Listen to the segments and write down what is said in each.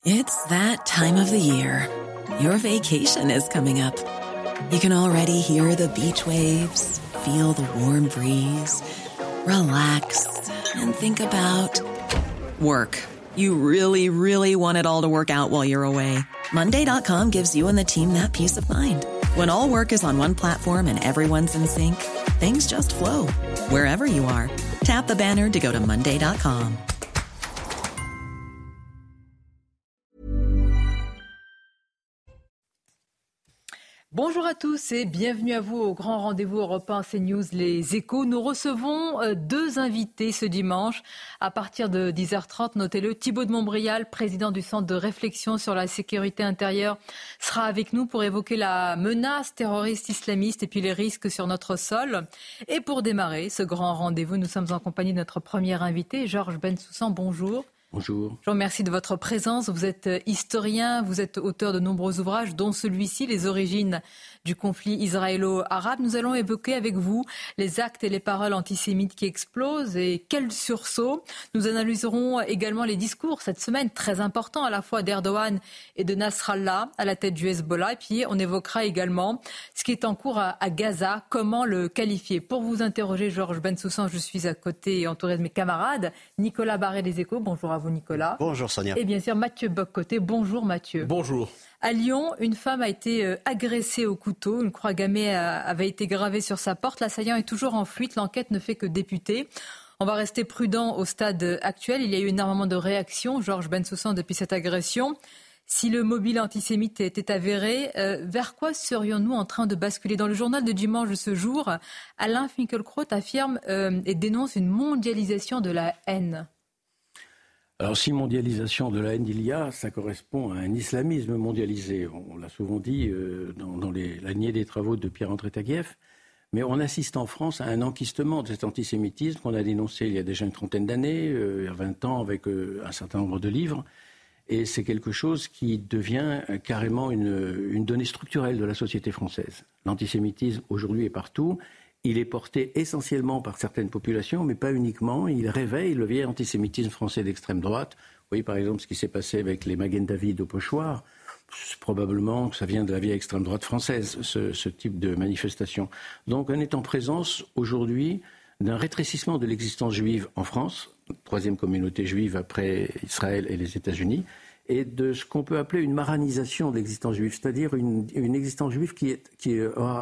It's that time of the year. Your vacation is coming up. You can already hear the beach waves, feel the warm breeze, relax, and think about work. You really, really want it all to work out while you're away. Monday.com gives you and the team that peace of mind. When all work is on one platform and everyone's in sync, things just flow. Wherever you are, tap the banner to go to Monday.com. Bonjour à tous et bienvenue à vous au grand rendez-vous Europe 1 CNews Les Échos. Nous recevons deux invités ce dimanche à partir de 10h30. Notez-le, Thibault de Montbrial, président du Centre de réflexion sur la sécurité intérieure, sera avec nous pour évoquer la menace terroriste islamiste et puis les risques sur notre sol. Et pour démarrer ce grand rendez-vous, nous sommes en compagnie de notre premier invité, Georges Bensoussan. Bonjour. Bonjour. Je vous remercie de votre présence. Vous êtes historien, vous êtes auteur de nombreux ouvrages, dont celui-ci, Les origines du conflit israélo-arabe. Nous allons évoquer avec vous les actes et les paroles antisémites qui explosent et quel sursaut. Nous analyserons également les discours cette semaine, très importants à la fois d'Erdogan et de Nasrallah à la tête du Hezbollah. Et puis on évoquera également ce qui est en cours à Gaza, comment le qualifier. Pour vous interroger, Georges Bensoussan, je suis à côté entouré de mes camarades. Nicolas Barré des Échos, bonjour à vous Nicolas. Bonjour Sonia. Et bien sûr Mathieu Bock-Côté, bonjour Mathieu. Bonjour. À Lyon, une femme a été agressée au couteau. Une croix gammée avait été gravée sur sa porte. L'assaillant est toujours en fuite. L'enquête ne fait que débuter. On va rester prudent au stade actuel. Il y a eu énormément de réactions, Georges Bensoussan, depuis cette agression. Si le mobile antisémite était avéré, vers quoi serions-nous en train de basculer ? Dans le journal de dimanche de ce jour, Alain Finkielkraut affirme et dénonce une mondialisation de la haine. Alors si mondialisation de la haine il y a, ça correspond à un islamisme mondialisé. On l'a souvent dit dans la lignée des travaux de Pierre-André Taguieff. Mais on assiste en France à un enquistement de cet antisémitisme qu'on a dénoncé il y a déjà une trentaine d'années, il y a 20 ans, avec un certain nombre de livres. Et c'est quelque chose qui devient carrément une donnée structurelle de la société française. L'antisémitisme aujourd'hui est partout. Il est porté essentiellement par certaines populations, mais pas uniquement. Il réveille le vieil antisémitisme français d'extrême droite. Vous voyez par exemple ce qui s'est passé avec les Magen David au Pochoir. Probablement que ça vient de la vieille extrême droite française, ce type de manifestation. Donc on est en présence aujourd'hui d'un rétrécissement de l'existence juive en France, troisième communauté juive après Israël et les États-Unis, et de ce qu'on peut appeler une maranisation de l'existence juive, c'est-à-dire une existence juive qui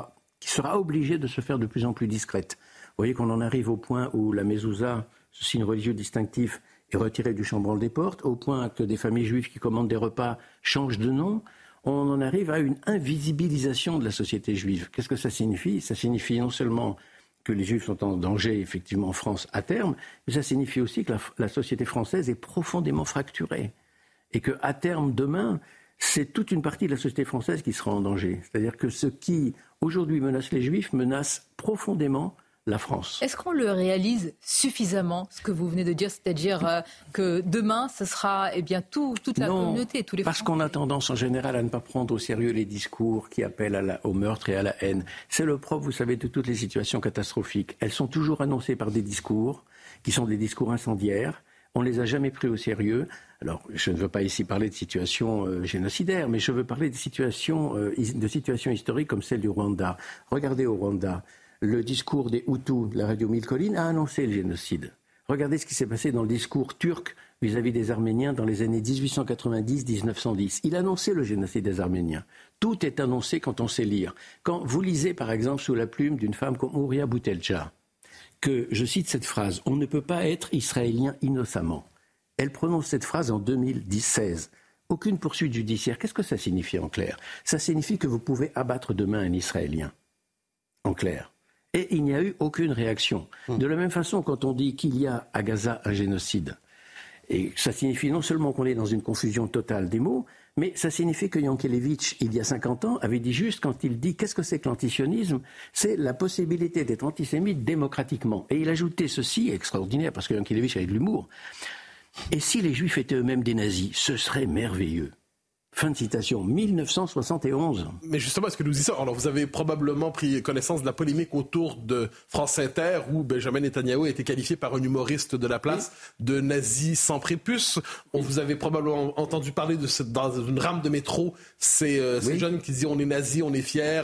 sera obligée de se faire de plus en plus discrète. Vous voyez qu'on en arrive au point où la mezouza, ce signe religieux distinctif, est retiré du chambranle des portes, au point que des familles juives qui commandent des repas changent de nom. On en arrive à une invisibilisation de la société juive. Qu'est-ce que ça signifie ? Ça signifie non seulement que les juifs sont en danger, effectivement, en France à terme, mais ça signifie aussi que la société française est profondément fracturée. Et qu'à terme, demain, c'est toute une partie de la société française qui sera en danger. C'est-à-dire que ce qui, aujourd'hui, menace les juifs, menace profondément la France. Est-ce qu'on le réalise suffisamment, ce que vous venez de dire, c'est-à-dire que demain, ce sera toute la communauté, tous les parce Français. qu'on a tendance en général à ne pas prendre au sérieux les discours qui appellent au meurtre et à la haine. C'est le propre, vous savez, de toutes les situations catastrophiques. Elles sont toujours annoncées par des discours qui sont des discours incendiaires. On ne les a jamais pris au sérieux. Alors, je ne veux pas ici parler de situations génocidaires, mais je veux parler de situations historiques comme celle du Rwanda. Regardez au Rwanda. Le discours des Hutus de la radio Mille Collines a annoncé le génocide. Regardez ce qui s'est passé dans le discours turc vis-à-vis des Arméniens dans les années 1890-1910. Il annonçait le génocide des Arméniens. Tout est annoncé quand on sait lire. Quand vous lisez, par exemple, sous la plume d'une femme comme Ouria Boutelja, que, je cite cette phrase, « On ne peut pas être israélien innocemment ». Elle prononce cette phrase en 2016. Aucune poursuite judiciaire. Qu'est-ce que ça signifie en clair ? Ça signifie que vous pouvez abattre demain un Israélien. En clair. Et il n'y a eu aucune réaction. De la même façon, quand on dit qu'il y a à Gaza un génocide, et ça signifie non seulement qu'on est dans une confusion totale des mots, mais ça signifie que Yankelevitch, il y a 50 ans, avait dit juste quand il dit qu'est-ce que c'est que l'antisionisme ? C'est la possibilité d'être antisémite démocratiquement. Et il ajoutait ceci, extraordinaire, parce que Yankelevitch avait de l'humour. Et si les Juifs étaient eux-mêmes des nazis, ce serait merveilleux. Fin de citation. 1971. Mais justement, est-ce que nous y sommes? Alors, vous avez probablement pris connaissance de la polémique autour de France Inter, où Benjamin Netanyahou a été qualifié par un humoriste de la place de nazi sans prépuce. Vous avez probablement entendu parler dans une rame de métro, ces jeunes qui disent on est nazis, on est fiers,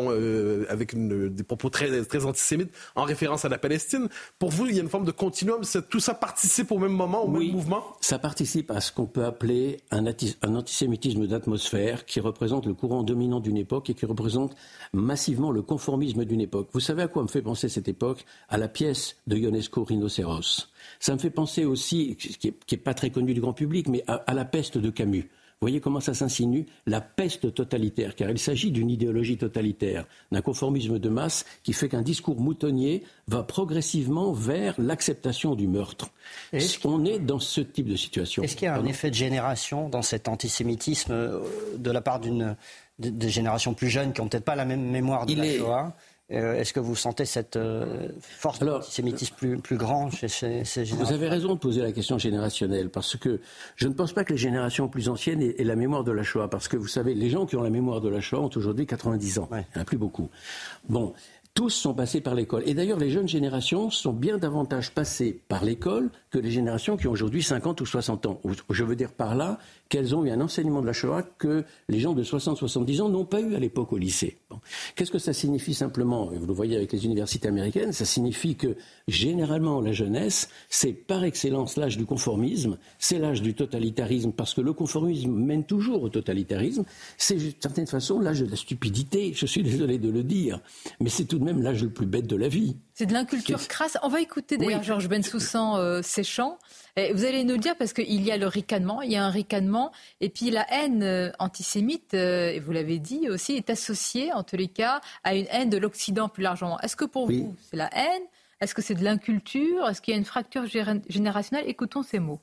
avec des propos très, très antisémites, en référence à la Palestine. Pour vous, il y a une forme de continuum. Tout ça participe au même moment, au même mouvement? Ça participe à ce qu'on peut appeler un antisémitisme d'atmosphère qui représente le courant dominant d'une époque et qui représente massivement le conformisme d'une époque. Vous savez à quoi me fait penser cette époque? À la pièce de Ionesco Rhinocéros. Ça me fait penser aussi, qui n'est pas très connu du grand public, mais à la peste de Camus. Vous voyez comment ça s'insinue? La peste totalitaire, car il s'agit d'une idéologie totalitaire, d'un conformisme de masse qui fait qu'un discours moutonnier va progressivement vers l'acceptation du meurtre. On est dans ce type de situation. Est-ce qu'il y a un effet de génération dans cet antisémitisme de la part des générations plus jeunes qui n'ont peut-être pas la même mémoire de la Shoah? Est-ce que vous sentez cette force d'antisémitisme plus grand chez ces générations? Vous avez raison de poser la question générationnelle, parce que je ne pense pas que les générations plus anciennes aient la mémoire de la Shoah, parce que vous savez, les gens qui ont la mémoire de la Shoah ont aujourd'hui 90 ans. Ouais. Il n'y en a plus beaucoup. Bon, tous sont passés par l'école. Et d'ailleurs, les jeunes générations sont bien davantage passées par l'école que les générations qui ont aujourd'hui 50 ou 60 ans. Je veux dire par là qu'elles ont eu un enseignement de la Shoah que les gens de 60-70 ans n'ont pas eu à l'époque au lycée. Bon. Qu'est-ce que ça signifie simplement? Vous le voyez avec les universités américaines, ça signifie que généralement la jeunesse, c'est par excellence l'âge du conformisme, c'est l'âge du totalitarisme, parce que le conformisme mène toujours au totalitarisme, c'est d'une certaine façon l'âge de la stupidité, je suis désolé de le dire, mais c'est tout de même l'âge le plus bête de la vie. C'est de l'inculture crasse. On va écouter d'ailleurs Georges Bensoussan ces chants. Vous allez nous le dire parce qu'il y a le ricanement, il y a un ricanement, et puis la haine antisémite, et vous l'avez dit aussi, est associée en tous les cas à une haine de l'Occident plus largement. Est-ce que pour vous c'est la haine? Est-ce que c'est de l'inculture? Est-ce qu'il y a une fracture générationnelle? Écoutons ces mots.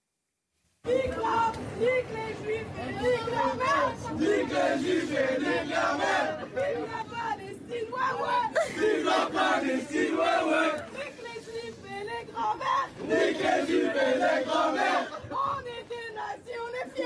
Nique les Juifs et nique la mère. Nique les Juifs et nique la mère. Vive la Palestine, Vive la Palestine, Nique les Juifs et les grands-mères. Nique les Juifs et les grands-mères. On est des nazis, on est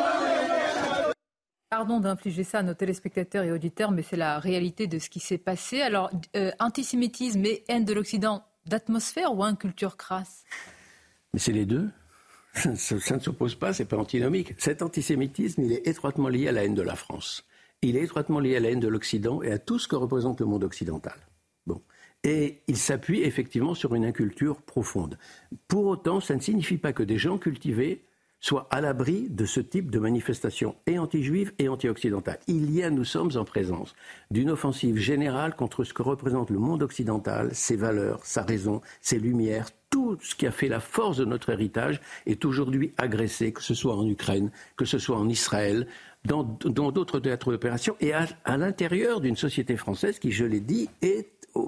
fiers. Pardon d'infliger ça à nos téléspectateurs et auditeurs, mais c'est la réalité de ce qui s'est passé. Alors, antisémitisme et haine de l'Occident d'atmosphère ou inculture crasse? Mais c'est les deux. Ça ne s'oppose pas, c'est pas antinomique. Cet antisémitisme, il est étroitement lié à la haine de la France. Il est étroitement lié à la haine de l'Occident et à tout ce que représente le monde occidental. Bon. Et il s'appuie effectivement sur une inculture profonde. Pour autant, ça ne signifie pas que des gens cultivés soient à l'abri de ce type de manifestations, et anti-juives et anti-occidentales. Nous sommes en présence d'une offensive générale contre ce que représente le monde occidental, ses valeurs, sa raison, ses lumières, tout ce qui a fait la force de notre héritage est aujourd'hui agressé, que ce soit en Ukraine, que ce soit en Israël, dans d'autres théâtres d'opération, et à l'intérieur d'une société française qui, je l'ai dit, est,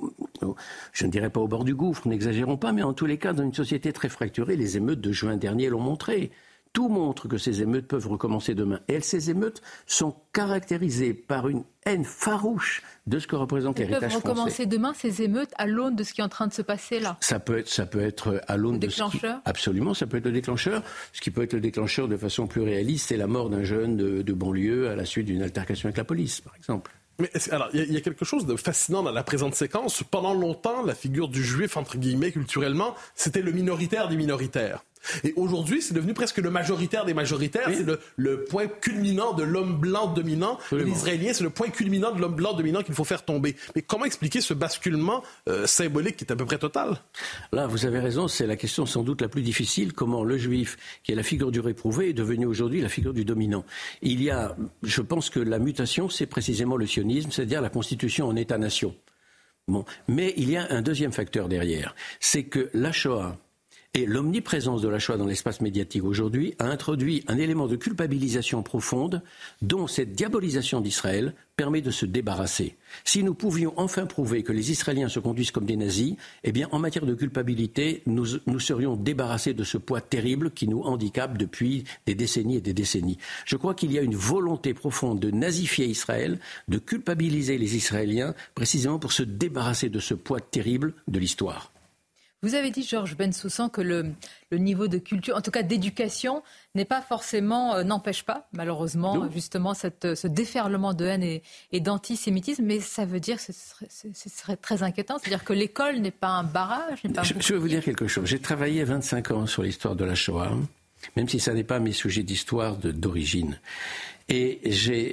je ne dirais pas au bord du gouffre, n'exagérons pas, mais en tous les cas, dans une société très fracturée. Les émeutes de juin dernier l'ont montré. Tout montre que ces émeutes peuvent recommencer demain. Et ces émeutes sont caractérisées par une haine farouche de ce que représente l'héritage français. Peuvent recommencer demain ces émeutes à l'aune de ce qui est en train de se passer là? Ça peut être à l'aune de ce qui... Absolument, ça peut être le déclencheur. Ce qui peut être le déclencheur de façon plus réaliste, c'est la mort d'un jeune de banlieue à la suite d'une altercation avec la police, par exemple. Mais alors, il y a quelque chose de fascinant dans la présente séquence. Pendant longtemps, la figure du juif, entre guillemets, culturellement, c'était le minoritaire des minoritaires. Et aujourd'hui, c'est devenu presque le majoritaire des majoritaires. Oui. C'est le point culminant de l'homme blanc dominant. Et l'Israélien, c'est le point culminant de l'homme blanc dominant qu'il faut faire tomber. Mais comment expliquer ce basculement symbolique qui est à peu près total? Là, vous avez raison, c'est la question sans doute la plus difficile. Comment le juif, qui est la figure du réprouvé, est devenu aujourd'hui la figure du dominant? Je pense que la mutation, c'est précisément le sionisme, c'est-à-dire la constitution en État-nation. Bon. Mais il y a un deuxième facteur derrière. C'est que la Shoah et l'omniprésence de la Shoah dans l'espace médiatique aujourd'hui a introduit un élément de culpabilisation profonde dont cette diabolisation d'Israël permet de se débarrasser. Si nous pouvions enfin prouver que les Israéliens se conduisent comme des nazis, eh bien en matière de culpabilité, nous serions débarrassés de ce poids terrible qui nous handicape depuis des décennies et des décennies. Je crois qu'il y a une volonté profonde de nazifier Israël, de culpabiliser les Israéliens précisément pour se débarrasser de ce poids terrible de l'histoire. Vous avez dit, Georges Bensoussan, que le niveau de culture, en tout cas d'éducation, n'est pas forcément, n'empêche pas, malheureusement, justement, ce déferlement de haine et d'antisémitisme. Mais ça veut dire, ce serait très inquiétant, c'est-à-dire que l'école n'est pas un barrage. Je vais vous dire quelque chose. J'ai travaillé 25 ans sur l'histoire de la Shoah, même si ça n'est pas mes sujets d'histoire d'origine. Et j'ai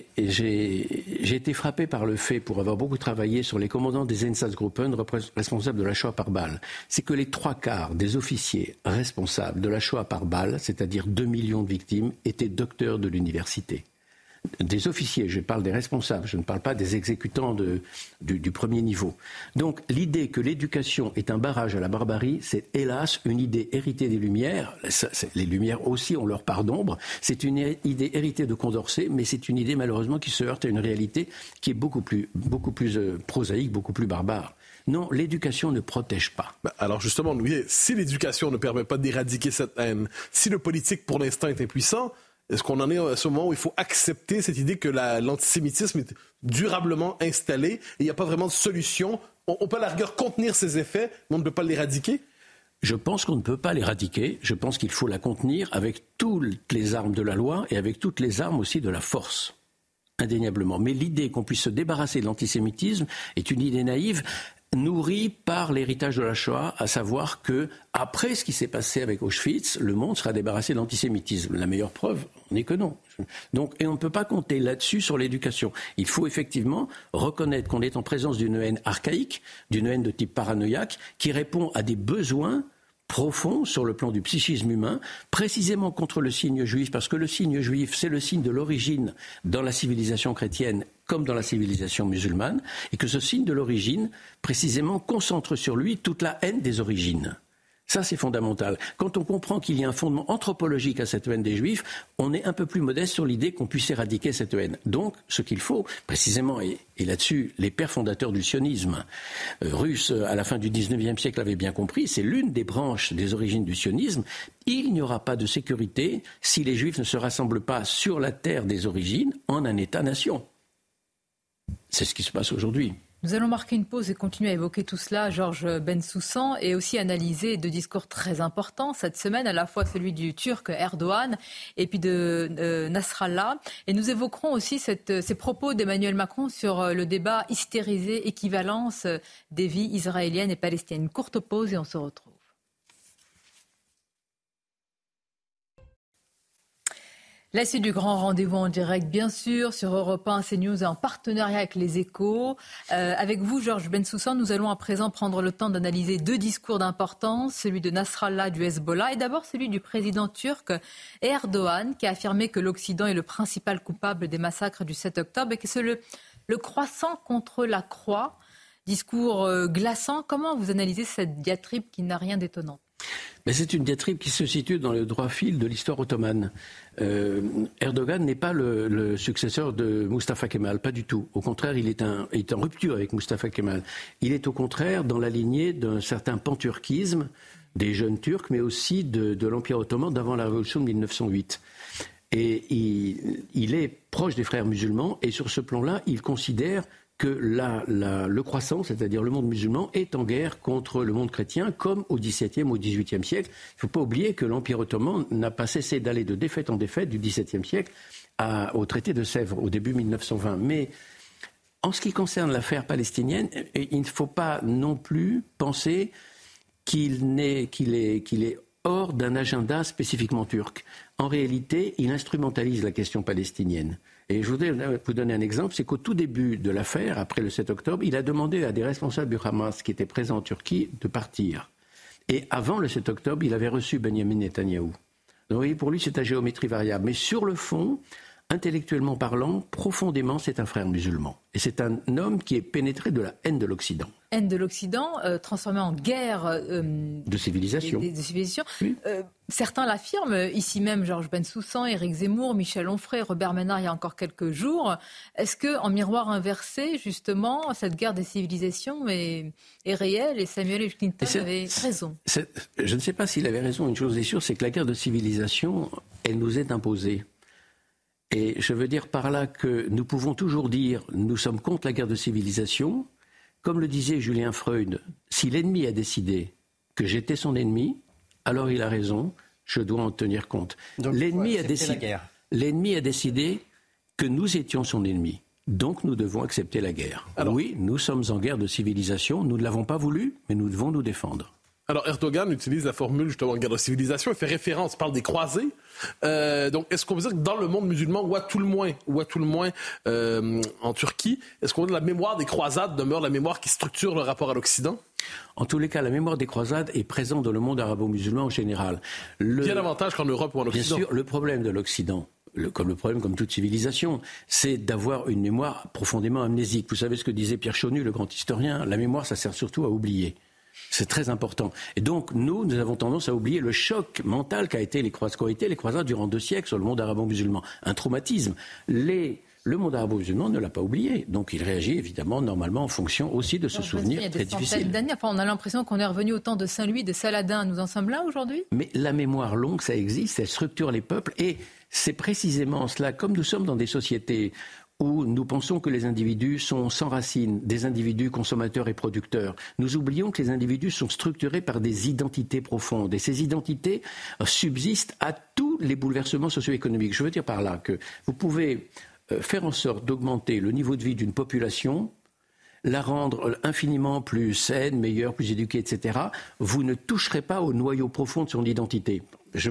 été frappé par le fait, pour avoir beaucoup travaillé sur les commandants des Einsatzgruppen responsables de la Shoah par balle, c'est que les 3/4 des officiers responsables de la Shoah par balle, c'est-à-dire 2 millions de victimes, étaient docteurs de l'université. Des officiers, je parle des responsables, je ne parle pas des exécutants du premier niveau. Donc l'idée que l'éducation est un barrage à la barbarie, c'est hélas une idée héritée des Lumières. Les Lumières aussi ont leur part d'ombre. C'est une idée héritée de Condorcet, mais c'est une idée malheureusement qui se heurte à une réalité qui est beaucoup plus prosaïque, beaucoup plus barbare. Non, l'éducation ne protège pas. Alors justement, si l'éducation ne permet pas d'éradiquer cette haine, si le politique pour l'instant est impuissant, est-ce qu'on en est à ce moment où il faut accepter cette idée que l'antisémitisme est durablement installé et il n'y a pas vraiment de solution? On peut à la rigueur contenir ses effets, mais on ne peut pas l'éradiquer? Je pense qu'on ne peut pas l'éradiquer. Je pense qu'il faut la contenir avec toutes les armes de la loi et avec toutes les armes aussi de la force. Indéniablement. Mais l'idée qu'on puisse se débarrasser de l'antisémitisme est une idée naïve, nourrie par l'héritage de la Shoah, à savoir que après ce qui s'est passé avec Auschwitz, le monde sera débarrassé de l'antisémitisme. La meilleure preuve, on n'est que non. Donc, et on ne peut pas compter là-dessus sur l'éducation. Il faut effectivement reconnaître qu'on est en présence d'une haine archaïque, d'une haine de type paranoïaque, qui répond à des besoins profond sur le plan du psychisme humain, précisément contre le signe juif, parce que le signe juif, c'est le signe de l'origine dans la civilisation chrétienne comme dans la civilisation musulmane, et que ce signe de l'origine, précisément, concentre sur lui toute la haine des origines. Ça, c'est fondamental. Quand on comprend qu'il y a un fondement anthropologique à cette haine des Juifs, on est un peu plus modeste sur l'idée qu'on puisse éradiquer cette haine. Donc, ce qu'il faut, précisément, et là-dessus, les pères fondateurs du sionisme russe, à la fin du 19e siècle, avaient bien compris, c'est l'une des branches des origines du sionisme. Il n'y aura pas de sécurité si les Juifs ne se rassemblent pas sur la terre des origines en un État-nation. C'est ce qui se passe aujourd'hui. Nous allons marquer une pause et continuer à évoquer tout cela, Georges Bensoussan, et aussi analyser deux discours très importants cette semaine, à la fois celui du Turc Erdogan et puis de Nasrallah. Et nous évoquerons aussi ces propos d'Emmanuel Macron sur le débat hystérisé, équivalence des vies israéliennes et palestiniennes. Une courte pause et on se retrouve. La suite du grand rendez-vous en direct, bien sûr, sur Europe 1, CNews, en partenariat avec Les Échos. Avec vous, Georges Bensoussan, nous allons à présent prendre le temps d'analyser deux discours d'importance, celui de Nasrallah du Hezbollah et d'abord celui du président turc Erdogan, qui a affirmé que l'Occident est le principal coupable des massacres du 7 octobre et que c'est le croissant contre la croix. Discours glaçant. Comment vous analysez cette diatribe qui n'a rien d'étonnant ? Mais c'est une diatribe qui se situe dans le droit fil de l'histoire ottomane. Erdogan n'est pas le successeur de Mustafa Kemal, pas du tout. Au contraire, il est en rupture avec Mustafa Kemal. Il est au contraire dans la lignée d'un certain panturquisme des jeunes Turcs, mais aussi de l'Empire ottoman d'avant la révolution de 1908. Et il est proche des frères musulmans, et sur ce plan-là, il considère que le croissant, c'est-à-dire le monde musulman, est en guerre contre le monde chrétien, comme au XVIIe, au XVIIIe siècle. Il ne faut pas oublier que l'Empire ottoman n'a pas cessé d'aller de défaite en défaite du XVIIe siècle au traité de Sèvres, au début 1920. Mais en ce qui concerne l'affaire palestinienne, il ne faut pas non plus penser qu'il est hors d'un agenda spécifiquement turc. En réalité, il instrumentalise la question palestinienne. Et je voudrais vous donner un exemple, c'est qu'au tout début de l'affaire, après le 7 octobre, il a demandé à des responsables du Hamas qui étaient présents en Turquie de partir. Et avant le 7 octobre, il avait reçu Benyamin Netanyahou. Donc vous voyez, pour lui, c'est à géométrie variable. Mais sur le fond, intellectuellement parlant, profondément, c'est un frère musulman. Et c'est un homme qui est pénétré de la haine de l'Occident. Haine de l'Occident, transformée en guerre de civilisation. De civilisation. Oui. Certains l'affirment, ici même Georges Bensoussan, Éric Zemmour, Michel Onfray, Robert Ménard il y a encore quelques jours. Est-ce qu'en miroir inversé, justement, cette guerre des civilisations est réelle et Samuel L. Clinton avait raison? Je ne sais pas s'il avait raison. Une chose est sûre, c'est que la guerre de civilisation, elle nous est imposée. Et je veux dire par là que nous pouvons toujours dire nous sommes contre la guerre de civilisation. Comme le disait Julien Freud, si l'ennemi a décidé que j'étais son ennemi, alors il a raison, je dois en tenir compte. Donc, l'ennemi a décidé que nous étions son ennemi. Donc nous devons accepter la guerre. Alors, oui, nous sommes en guerre de civilisation, nous ne l'avons pas voulu, mais nous devons nous défendre. Alors Erdogan utilise la formule justement guerre de civilisation, il fait référence, parle des croisés. Donc est-ce qu'on veut dire que dans le monde musulman, ou à tout le moins en Turquie, est-ce qu'on veut dire que la mémoire des croisades demeure la mémoire qui structure le rapport à l'Occident? En tous les cas, la mémoire des croisades est présente dans le monde arabo-musulman en général. Bien davantage qu'en Europe ou en Occident. Bien sûr, le problème de l'Occident, comme toute civilisation, c'est d'avoir une mémoire profondément amnésique. Vous savez ce que disait Pierre Chaunu, le grand historien, la mémoire, ça sert surtout à oublier. C'est très important. Et donc, nous avons tendance à oublier le choc mental qu'ont été les croisades durant 2 siècles sur le monde arabo-musulman. Un traumatisme. Le monde arabo-musulman ne l'a pas oublié. Donc, il réagit évidemment, normalement, en fonction aussi de ce souvenir très difficile. On a l'impression qu'on est revenu au temps de Saint-Louis, de Saladin. Nous en sommes là aujourd'hui ? Mais la mémoire longue, ça existe, elle structure les peuples. Et c'est précisément cela, comme nous sommes dans des sociétés où nous pensons que les individus sont sans racines, des individus consommateurs et producteurs. Nous oublions que les individus sont structurés par des identités profondes. Et ces identités subsistent à tous les bouleversements socio-économiques. Je veux dire par là que vous pouvez faire en sorte d'augmenter le niveau de vie d'une population, la rendre infiniment plus saine, meilleure, plus éduquée, etc. Vous ne toucherez pas au noyau profond de son identité. Je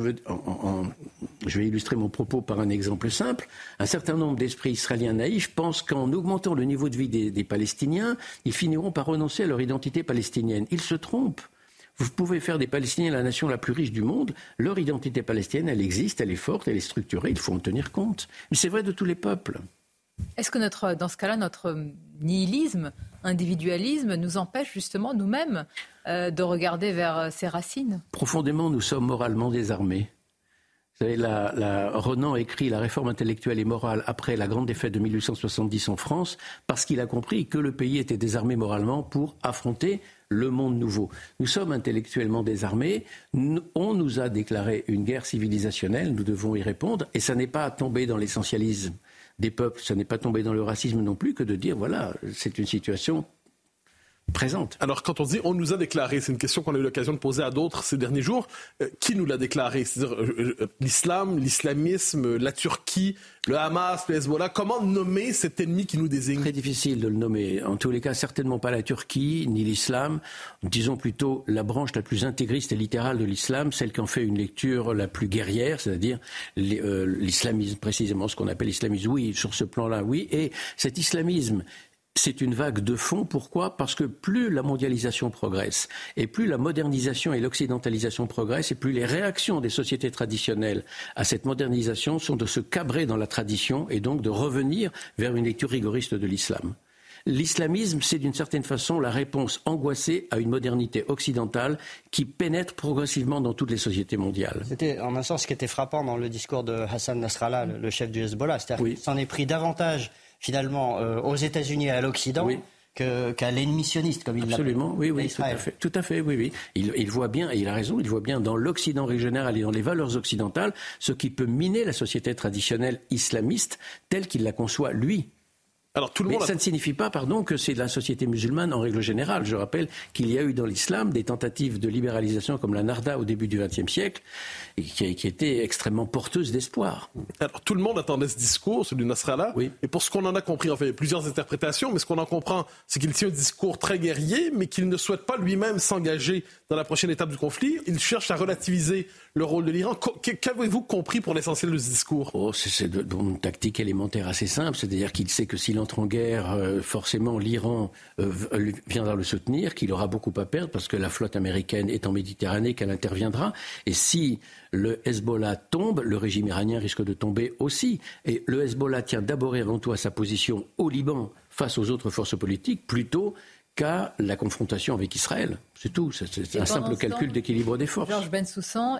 vais illustrer mon propos par un exemple simple. Un certain nombre d'esprits israéliens naïfs pensent qu'en augmentant le niveau de vie des Palestiniens, ils finiront par renoncer à leur identité palestinienne. Ils se trompent. Vous pouvez faire des Palestiniens la nation la plus riche du monde. Leur identité palestinienne, elle existe, elle est forte, elle est structurée, il faut en tenir compte. Mais c'est vrai de tous les peuples. Est-ce que dans ce cas-là, notre nihilisme, individualisme nous empêche justement nous-mêmes de regarder vers ses racines ? Profondément, nous sommes moralement désarmés. Vous savez, Renan écrit La réforme intellectuelle et morale après la grande défaite de 1870 en France, parce qu'il a compris que le pays était désarmé moralement pour affronter le monde nouveau. Nous sommes intellectuellement désarmés, on nous a déclaré une guerre civilisationnelle, nous devons y répondre, et ça n'est pas tombé dans l'essentialisme des peuples, ça n'est pas tombé dans le racisme non plus que de dire, voilà, c'est une situation présente. Alors, quand on dit « on nous a déclaré », c'est une question qu'on a eu l'occasion de poser à d'autres ces derniers jours. Qui nous l'a déclaré ? C'est-à-dire l'islam, l'islamisme, la Turquie, le Hamas, le Hezbollah. Comment nommer cet ennemi qui nous désigne ? Très difficile de le nommer. En tous les cas, certainement pas la Turquie, ni l'islam. Disons plutôt la branche la plus intégriste et littérale de l'islam, celle qui en fait une lecture la plus guerrière, c'est-à-dire l'islamisme, précisément ce qu'on appelle l'islamisme. Oui, sur ce plan-là, oui. Et cet islamisme, c'est une vague de fond. Pourquoi ? Parce que plus la mondialisation progresse, et plus la modernisation et l'occidentalisation progressent, et plus les réactions des sociétés traditionnelles à cette modernisation sont de se cabrer dans la tradition et donc de revenir vers une lecture rigoriste de l'islam. L'islamisme, c'est d'une certaine façon la réponse angoissée à une modernité occidentale qui pénètre progressivement dans toutes les sociétés mondiales. C'était en un sens ce qui était frappant dans le discours de Hassan Nasrallah, le chef du Hezbollah. C'est-à-dire qu'il s'en est pris davantage finalement aux États-Unis et à l'Occident qu'à l'ennemi sioniste, comme il l'appelle. Absolument, oui, tout à fait, oui. Il voit bien, et il a raison, il voit bien dans l'Occident régional et dans les valeurs occidentales ce qui peut miner la société traditionnelle islamiste telle qu'il la conçoit lui. Alors, mais ça ne signifie pas, que c'est de la société musulmane en règle générale. Je rappelle qu'il y a eu dans l'islam des tentatives de libéralisation comme la Narda au début du XXe siècle, et qui étaient extrêmement porteuses d'espoir. Alors, tout le monde attendait ce discours, celui de Nasrallah. Oui. Et pour ce qu'on en a compris, enfin, il y a plusieurs interprétations, mais ce qu'on en comprend, c'est qu'il tient un discours très guerrier, mais qu'il ne souhaite pas lui-même s'engager dans la prochaine étape du conflit. Il cherche à relativiser le rôle de l'Iran. Qu'avez-vous compris pour l'essentiel de ce discours ? C'est une tactique élémentaire assez simple, c'est-à-dire qu'il sait que s'il entre en guerre, forcément l'Iran viendra le soutenir, qu'il aura beaucoup à perdre parce que la flotte américaine est en Méditerranée, qu'elle interviendra. Et si le Hezbollah tombe, le régime iranien risque de tomber aussi. Et le Hezbollah tient d'abord et avant tout à sa position au Liban face aux autres forces politiques plutôt qu'à la confrontation avec Israël. C'est tout. C'est un simple calcul d'équilibre des forces. Georges Bensoussan,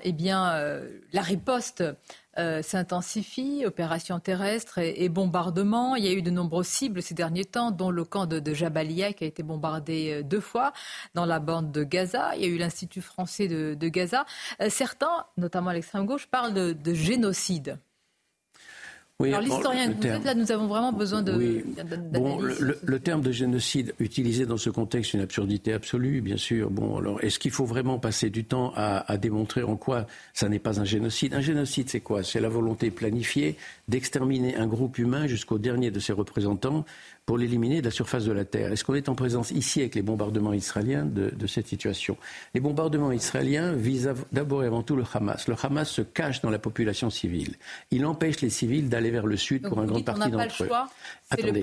la riposte s'intensifie, opérations terrestres et bombardements. Il y a eu de nombreuses cibles ces derniers temps, dont le camp de Jabalia qui a été bombardé 2 fois dans la bande de Gaza. Il y a eu l'Institut français de Gaza. Certains, notamment à l'extrême gauche, parlent de génocide. Oui, alors l'historien que vous êtes, là, nous avons vraiment besoin d'analyse. Bon, le terme de génocide utilisé dans ce contexte est une absurdité absolue, bien sûr. Bon, alors, est-ce qu'il faut vraiment passer du temps à démontrer en quoi ça n'est pas un génocide ? Un génocide, c'est quoi ? C'est la volonté planifiée d'exterminer un groupe humain jusqu'au dernier de ses représentants pour l'éliminer de la surface de la Terre. Est-ce qu'on est en présence ici avec les bombardements israéliens de cette situation ? Les bombardements israéliens visent d'abord et avant tout le Hamas. Le Hamas se cache dans la population civile. Il empêche les civils d'aller vers le sud. Donc pour une grande partie d'entre eux. Attendez,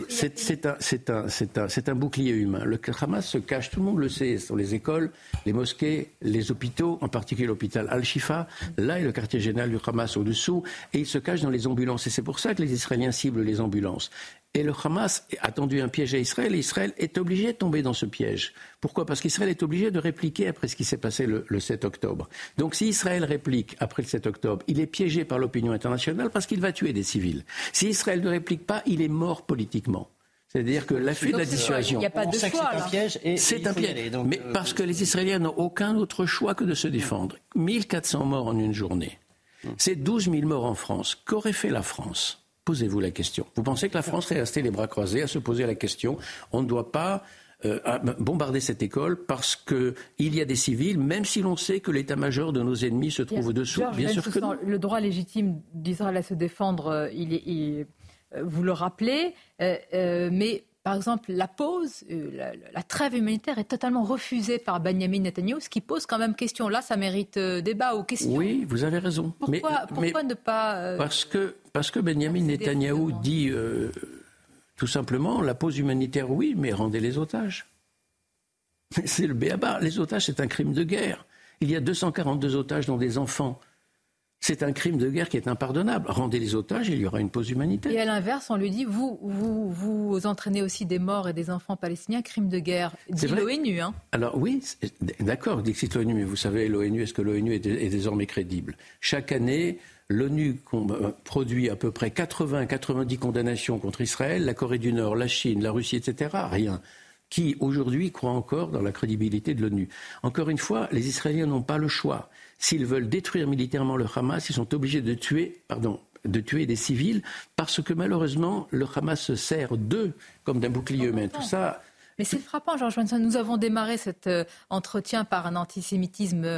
c'est un bouclier humain. Le Hamas se cache, tout le monde le sait, sur les écoles, les mosquées, les hôpitaux, en particulier l'hôpital Al-Shifa. Là est le quartier général du Hamas au-dessous, et il se cache dans les ambulances. Et c'est pour ça que les Israéliens ciblent les ambulances. Et le Hamas a tendu un piège à Israël, et Israël est obligé de tomber dans ce piège. Pourquoi ? Parce qu'Israël est obligé de répliquer après ce qui s'est passé le 7 octobre. Donc si Israël réplique après le 7 octobre, il est piégé par l'opinion internationale parce qu'il va tuer des civils. Si Israël ne réplique pas, il est mort politiquement. C'est-à-dire que l'affût de la dissuasion... Il n'y a pas de choix, là. C'est un piège. Mais parce que les Israéliens n'ont aucun autre choix que de se défendre. 1400 morts en une journée. C'est 12 000 morts en France. Qu'aurait fait la France ? Posez-vous la question. Vous pensez que la France est restée les bras croisés à se poser la question ? On ne doit pas bombarder cette école parce qu'il y a des civils, même si l'on sait que l'état-major de nos ennemis se trouve dessous. Georges, bien sûr que non. Le droit légitime d'Israël à se défendre, vous le rappelez, mais par exemple la pause, la trêve humanitaire est totalement refusée par Benyamin Netanyahou, ce qui pose quand même question. Là, ça mérite débat ou question. Oui, vous avez raison. Pourquoi ne pas... Parce que Benyamin Netanyahou dit tout simplement la pause humanitaire, oui, mais rendez les otages. C'est le b.a.-ba. Les otages, c'est un crime de guerre. Il y a 242 otages, dont des enfants. C'est un crime de guerre qui est impardonnable. Rendez les otages, il y aura une pause humanitaire. Et à l'inverse, on lui dit, vous entraînez aussi des morts et des enfants palestiniens, crime de guerre. Dit l'ONU. Hein. Alors oui, d'accord, dit l'ONU, mais vous savez, l'ONU, est-ce que l'ONU est désormais crédible ? Chaque année, l'ONU produit à peu près 80-90 condamnations contre Israël, la Corée du Nord, la Chine, la Russie, etc. Rien. Qui, aujourd'hui, croit encore dans la crédibilité de l'ONU. Encore une fois, les Israéliens n'ont pas le choix. S'ils veulent détruire militairement le Hamas, ils sont obligés de tuer des civils, parce que malheureusement, le Hamas se sert d'eux comme d'un bouclier humain. Tout ça... Mais c'est frappant, Georges Johansson. Nous avons démarré cet entretien par un antisémitisme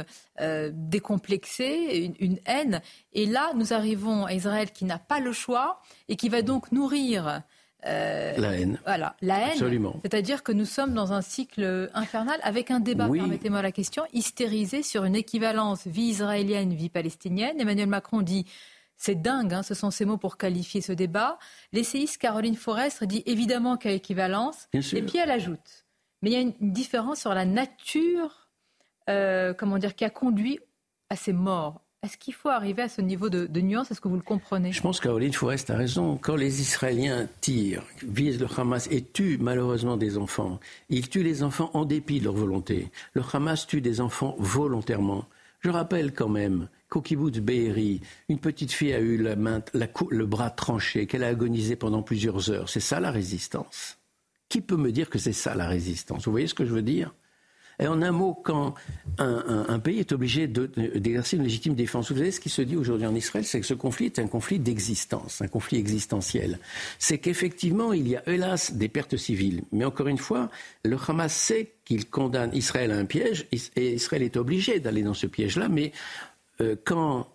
décomplexé, une haine. Et là, nous arrivons à Israël qui n'a pas le choix et qui va donc nourrir... la haine. Voilà, la haine. Absolument. C'est-à-dire que nous sommes dans un cycle infernal avec un débat, permettez-moi la question, hystérisé sur une équivalence vie israélienne, vie palestinienne. Emmanuel Macron dit, c'est dingue, hein, ce sont ces mots pour qualifier ce débat. L'essayiste Caroline Forrestre dit évidemment qu'il y a équivalence. Et puis elle ajoute, mais il y a une différence sur la nature, qui a conduit à ces morts. Est-ce qu'il faut arriver à ce niveau de nuance ? Est-ce que vous le comprenez ? Je pense que Caroline Forrestre a raison. Quand les Israéliens tirent, visent le Hamas et tuent malheureusement des enfants, ils tuent les enfants en dépit de leur volonté. Le Hamas tue des enfants volontairement. Je rappelle quand même qu'au kibbutz Be'eri, une petite fille a eu le bras tranché, qu'elle a agonisé pendant plusieurs heures. C'est ça la résistance. Qui peut me dire que c'est ça la résistance ? Vous voyez ce que je veux dire ? Et en un mot, quand un pays est obligé d'exercer une légitime défense, vous savez ce qui se dit aujourd'hui en Israël, c'est que ce conflit est un conflit d'existence, un conflit existentiel. C'est qu'effectivement, il y a hélas des pertes civiles. Mais encore une fois, le Hamas sait qu'il condamne Israël à un piège, et Israël est obligé d'aller dans ce piège-là. Mais quand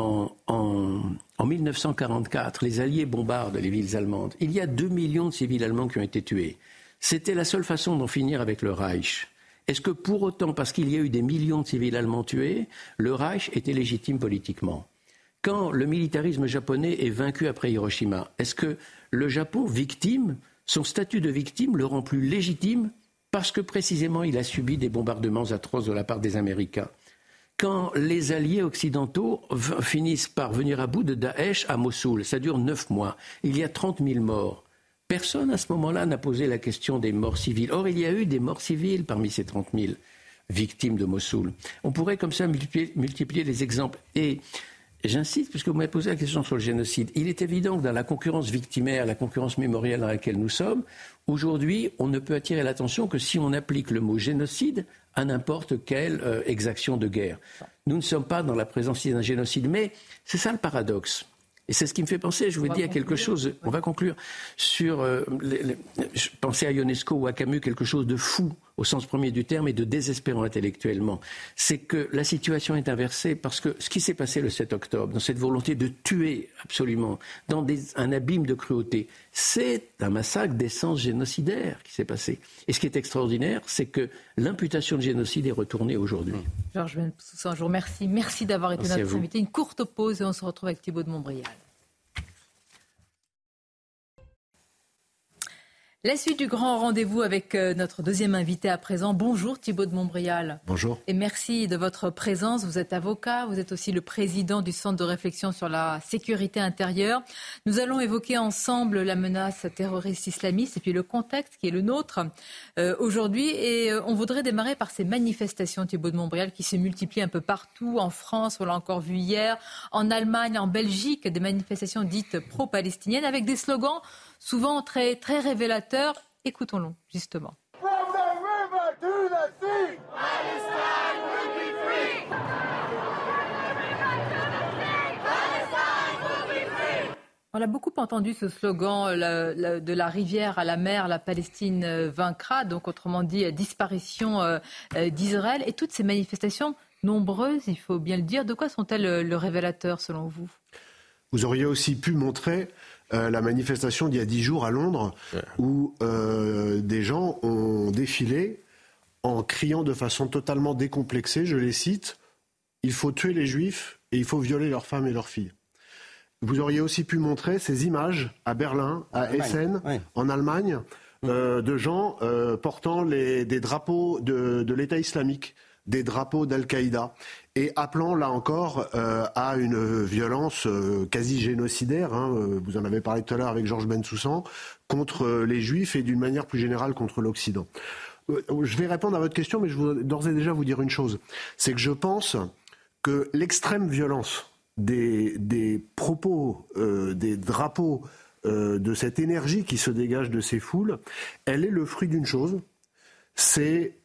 en 1944, les Alliés bombardent les villes allemandes, il y a 2 millions de civils allemands qui ont été tués. C'était la seule façon d'en finir avec le Reich. Est-ce que pour autant, parce qu'il y a eu des millions de civils allemands tués, le Reich était légitime politiquement ? Quand le militarisme japonais est vaincu après Hiroshima, est-ce que le Japon, victime, son statut de victime le rend plus légitime parce que précisément il a subi des bombardements atroces de la part des Américains ? Quand les alliés occidentaux finissent par venir à bout de Daesh à Mossoul, ça dure 9 mois, il y a 30 000 morts. Personne à ce moment-là n'a posé la question des morts civiles. Or, il y a eu des morts civiles parmi ces 30 000 victimes de Mossoul. On pourrait comme ça multiplier les exemples. Et j'insiste, puisque vous m'avez posé la question sur le génocide. Il est évident que dans la concurrence victimaire, la concurrence mémorielle dans laquelle nous sommes, aujourd'hui, on ne peut attirer l'attention que si on applique le mot génocide à n'importe quelle exaction de guerre. Nous ne sommes pas dans la présence d'un génocide, mais c'est ça le paradoxe. Et c'est ce qui me fait penser, je vous dis, à quelque chose, on va conclure, sur, je pensais à Ionesco ou à Camus, quelque chose de fou au sens premier du terme et de désespérant intellectuellement. C'est que la situation est inversée parce que ce qui s'est passé le 7 octobre, dans cette volonté de tuer absolument, dans un abîme de cruauté, c'est un massacre d'essence génocidaire qui s'est passé. Et ce qui est extraordinaire, c'est que l'imputation de génocide est retournée aujourd'hui. Georges Bensoussan, je vous remercie. Merci d'avoir été notre invité. Une courte pause et on se retrouve avec Thibaut de Montbrial. La suite du grand rendez-vous avec notre deuxième invité à présent. Bonjour Thibaut de Montbrial. Bonjour. Et merci de votre présence. Vous êtes avocat, vous êtes aussi le président du Centre de réflexion sur la sécurité intérieure. Nous allons évoquer ensemble la menace terroriste islamiste et puis le contexte qui est le nôtre aujourd'hui. Et on voudrait démarrer par ces manifestations, Thibaut de Montbrial, qui se multiplient un peu partout, en France, on l'a encore vu hier, en Allemagne, en Belgique, des manifestations dites pro-palestiniennes avec des slogans souvent très, très révélateur. Écoutons-le, justement. On a beaucoup entendu ce slogan de la rivière à la mer, la Palestine vaincra, donc autrement dit, disparition d'Israël. Et toutes ces manifestations, nombreuses, il faut bien le dire, de quoi sont-elles le révélateur selon vous ? Vous auriez aussi pu montrer la manifestation d'il y a 10 jours à Londres, où des gens ont défilé en criant de façon totalement décomplexée, je les cite, « Il faut tuer les Juifs et il faut violer leurs femmes et leurs filles ». Vous auriez aussi pu montrer ces images à Berlin, à Essen, en Allemagne, de gens portant des drapeaux de l'État islamique, des drapeaux d'Al-Qaïda, et appelant là encore à une violence quasi génocidaire, vous en avez parlé tout à l'heure avec Georges Bensoussan, contre les Juifs et d'une manière plus générale contre l'Occident. Je vais répondre à votre question, mais je veux d'ores et déjà vous dire une chose, c'est que je pense que l'extrême violence des propos, des drapeaux, de cette énergie qui se dégage de ces foules, elle est le fruit d'une chose, c'est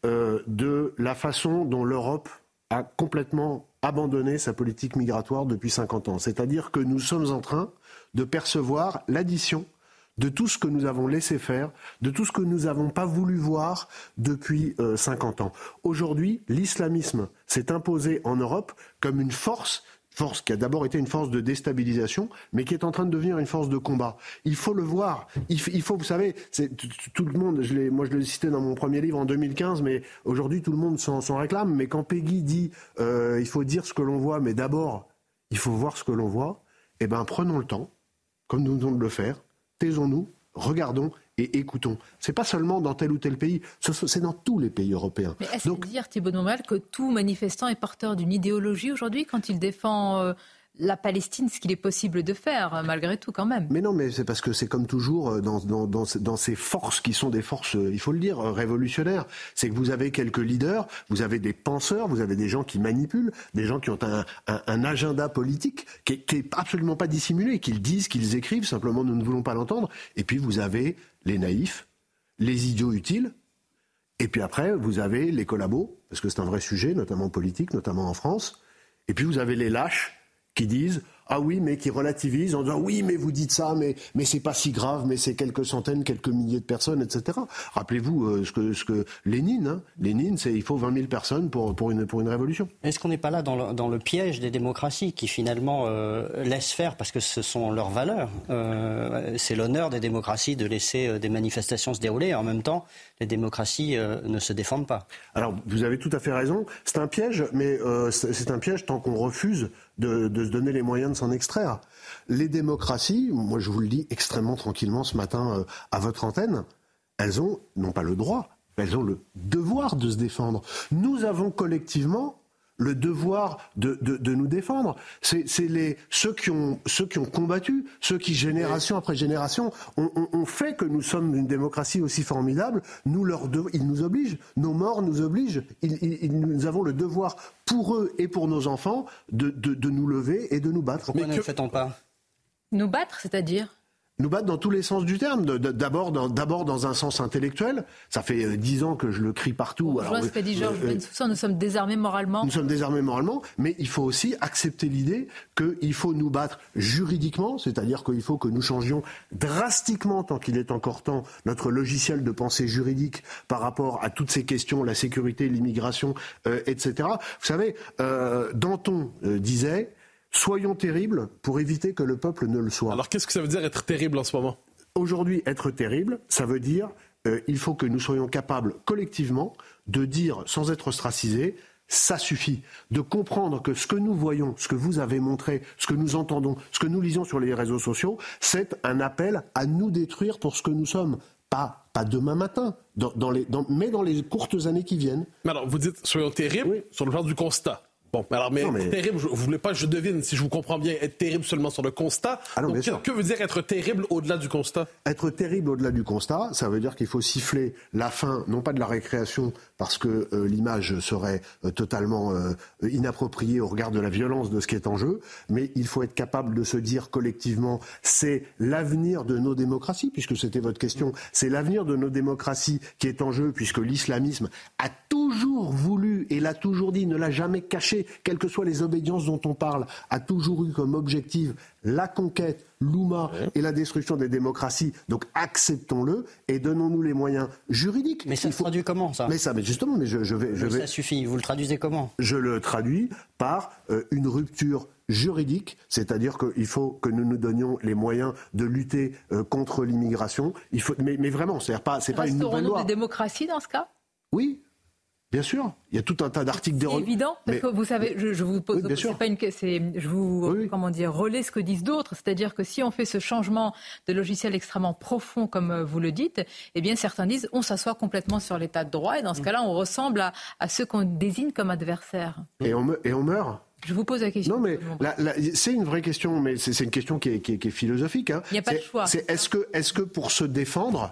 de la façon dont l'Europe a complètement abandonné sa politique migratoire depuis 50 ans. C'est-à-dire que nous sommes en train de percevoir l'addition de tout ce que nous avons laissé faire, de tout ce que nous n'avons pas voulu voir depuis 50 ans. Aujourd'hui, l'islamisme s'est imposé en Europe comme une force qui a d'abord été une force de déstabilisation, mais qui est en train de devenir une force de combat. Il faut le voir. Il faut, vous savez, tout le monde, moi je l'ai cité dans mon premier livre en 2015, mais aujourd'hui tout le monde s'en réclame. Mais quand Peggy dit il faut dire ce que l'on voit, mais d'abord il faut voir ce que l'on voit, eh bien prenons le temps, comme nous venons de le faire, taisons-nous, regardons et écoutons. C'est pas seulement dans tel ou tel pays, c'est dans tous les pays européens. Mais est-ce que dire, Thibaut de Montbrial, que tout manifestant est porteur d'une idéologie aujourd'hui quand il défend la Palestine, ce qu'il est possible de faire, malgré tout quand même? Mais non, mais c'est parce que c'est comme toujours dans ces forces qui sont des forces, il faut le dire, révolutionnaires. C'est que vous avez quelques leaders, vous avez des penseurs, vous avez des gens qui manipulent, des gens qui ont un agenda politique qui est absolument pas dissimulé, qu'ils disent, qu'ils écrivent, simplement nous ne voulons pas l'entendre. Et puis vous avez les naïfs, les idiots utiles, et puis après vous avez les collabos, parce que c'est un vrai sujet, notamment politique, notamment en France, et puis vous avez les lâches qui disent ah oui, mais qui relativisent en disant oui, mais vous dites ça, mais c'est pas si grave, mais c'est quelques centaines, quelques milliers de personnes, etc. Rappelez-vous ce que Lénine, c'est il faut 20 000 personnes pour une révolution. Est-ce qu'on n'est pas là dans le piège des démocraties qui finalement laissent faire parce que ce sont leurs valeurs c'est l'honneur des démocraties de laisser des manifestations se dérouler et en même temps les démocraties ne se défendent pas. Alors vous avez tout à fait raison, c'est un piège, mais c'est un piège tant qu'on refuse de se donner les moyens de s'en extraire. Les démocraties, moi je vous le dis extrêmement tranquillement ce matin à votre antenne, elles ont non pas le droit, elles ont le devoir de se défendre. Nous avons collectivement le devoir de nous défendre. C'est ceux qui ont combattu, ceux qui génération après génération ont fait que nous sommes une démocratie aussi formidable. Ils nous obligent, nos morts nous obligent. Nous avons le devoir pour eux et pour nos enfants de nous lever et de nous battre. Pourquoi ne le fait-on pas ? Nous battre, c'est-à-dire ? Nous battre dans tous les sens du terme. D'abord dans un sens intellectuel. Ça fait 10 ans que je le crie partout. Je vois ce qu'a dit Georges Bensoussan, nous sommes désarmés moralement. Nous sommes désarmés moralement, mais il faut aussi accepter l'idée qu'il faut nous battre juridiquement, c'est-à-dire qu'il faut que nous changions drastiquement, tant qu'il est encore temps, notre logiciel de pensée juridique par rapport à toutes ces questions, la sécurité, l'immigration, etc. Vous savez, Danton disait... Soyons terribles pour éviter que le peuple ne le soit. Alors qu'est-ce que ça veut dire être terrible en ce moment ? Aujourd'hui, être terrible, ça veut dire il faut que nous soyons capables collectivement de dire, sans être ostracisés, ça suffit. De comprendre que ce que nous voyons, ce que vous avez montré, ce que nous entendons, ce que nous lisons sur les réseaux sociaux, c'est un appel à nous détruire pour ce que nous sommes. Pas demain matin, mais dans les courtes années qui viennent. Mais alors, vous dites soyons terribles sur le plan du constat. Bon, alors, mais terrible, vous voulez pas, je devine, si je vous comprends bien, être terrible seulement sur le constat. Alors, donc, que veut dire être terrible au-delà du constat ? Être terrible au-delà du constat, ça veut dire qu'il faut siffler la fin, non pas de la récréation, parce que l'image serait totalement inappropriée au regard de la violence de ce qui est en jeu, mais il faut être capable de se dire collectivement, c'est l'avenir de nos démocraties, puisque c'était votre question, c'est l'avenir de nos démocraties qui est en jeu, puisque l'islamisme a toujours voulu, et l'a toujours dit, ne l'a jamais caché, quelles que soient les obédiences dont on parle, a toujours eu comme objectif la conquête, l'oumma et la destruction des démocraties. Donc acceptons-le et donnons-nous les moyens juridiques. Mais ça se traduit comment, ça ? Mais justement, je vais... Ça suffit, vous le traduisez comment ? Je le traduis par une rupture juridique, c'est-à-dire qu'il faut que nous nous donnions les moyens de lutter contre l'immigration. Mais vraiment, c'est pas une nouvelle loi. Restaurons-nous de démocratie dans ce cas ? Oui. Bien sûr, il y a tout un tas d'articles C'est évident, parce que vous savez, je vous pose, oui, c'est pas une, je vous, comment dire, relais ce que disent d'autres, c'est-à-dire que si on fait ce changement de logiciel extrêmement profond, comme vous le dites, eh bien certains disent on s'assoit complètement sur l'état de droit et dans ce cas-là on ressemble à ceux qu'on désigne comme adversaires. Et on meurt. Je vous pose la question. Non, mais c'est une vraie question, mais c'est une question qui est philosophique. Hein. Il n'y a pas de choix. Est-ce que pour se défendre,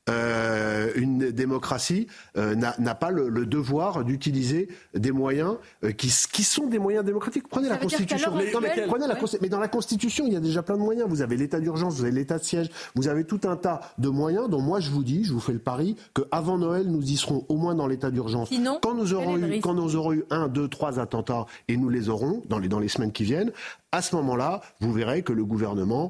une démocratie n'a pas le devoir d'utiliser des moyens qui sont des moyens démocratiques. Prenez la Constitution. Mais dans la Constitution, il y a déjà plein de moyens. Vous avez l'état d'urgence, vous avez l'état de siège, vous avez tout un tas de moyens dont moi je vous fais le pari qu'avant Noël, nous y serons au moins dans l'état d'urgence. Sinon, quand nous aurons eu 1, 2, 3 attentats, et nous les aurons dans les semaines qui viennent, à ce moment-là, vous verrez que le gouvernement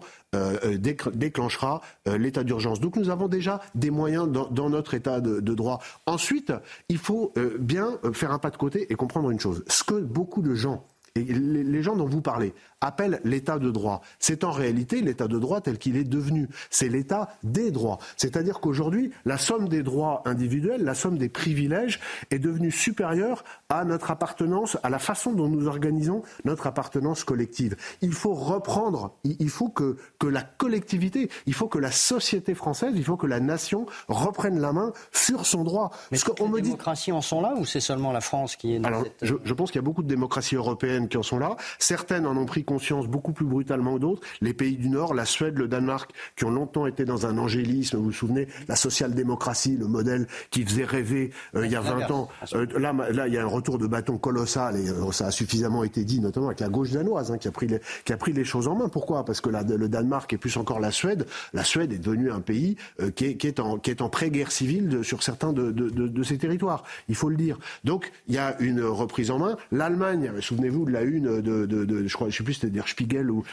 déclenchera l'état d'urgence. Donc nous avons déjà des moyens dans notre état de droit. Ensuite, il faut bien faire un pas de côté et comprendre une chose. Ce que beaucoup de gens, et les gens dont vous parlez, appellent l'état de droit, c'est en réalité l'état de droit tel qu'il est devenu. C'est l'état des droits. C'est-à-dire qu'aujourd'hui, la somme des droits individuels, la somme des privilèges est devenue supérieure à notre appartenance, à la façon dont nous organisons notre appartenance collective. Il faut reprendre, il faut que la collectivité, il faut que la société française, il faut que la nation reprenne la main sur son droit. Mais toutes les démocraties en sont là ou c'est seulement la France qui est dans je pense qu'il y a beaucoup de démocraties européennes qui en sont là. Certaines en ont pris conscience beaucoup plus brutalement que d'autres. Les pays du Nord, la Suède, le Danemark, qui ont longtemps été dans un angélisme, vous vous souvenez, la social-démocratie, le modèle qui faisait rêver il y a 20 ans. Là, il y a un retour de bâton colossal et ça a suffisamment été dit, notamment avec la gauche danoise, qui a pris les choses en main. Pourquoi ? Parce que le Danemark et plus encore la Suède est devenue un pays qui est en pré-guerre civile sur certains de ses territoires. Il faut le dire. Donc, il y a une reprise en main. L'Allemagne, souvenez-vous de la une je sais plus, c'était Der Spiegel, où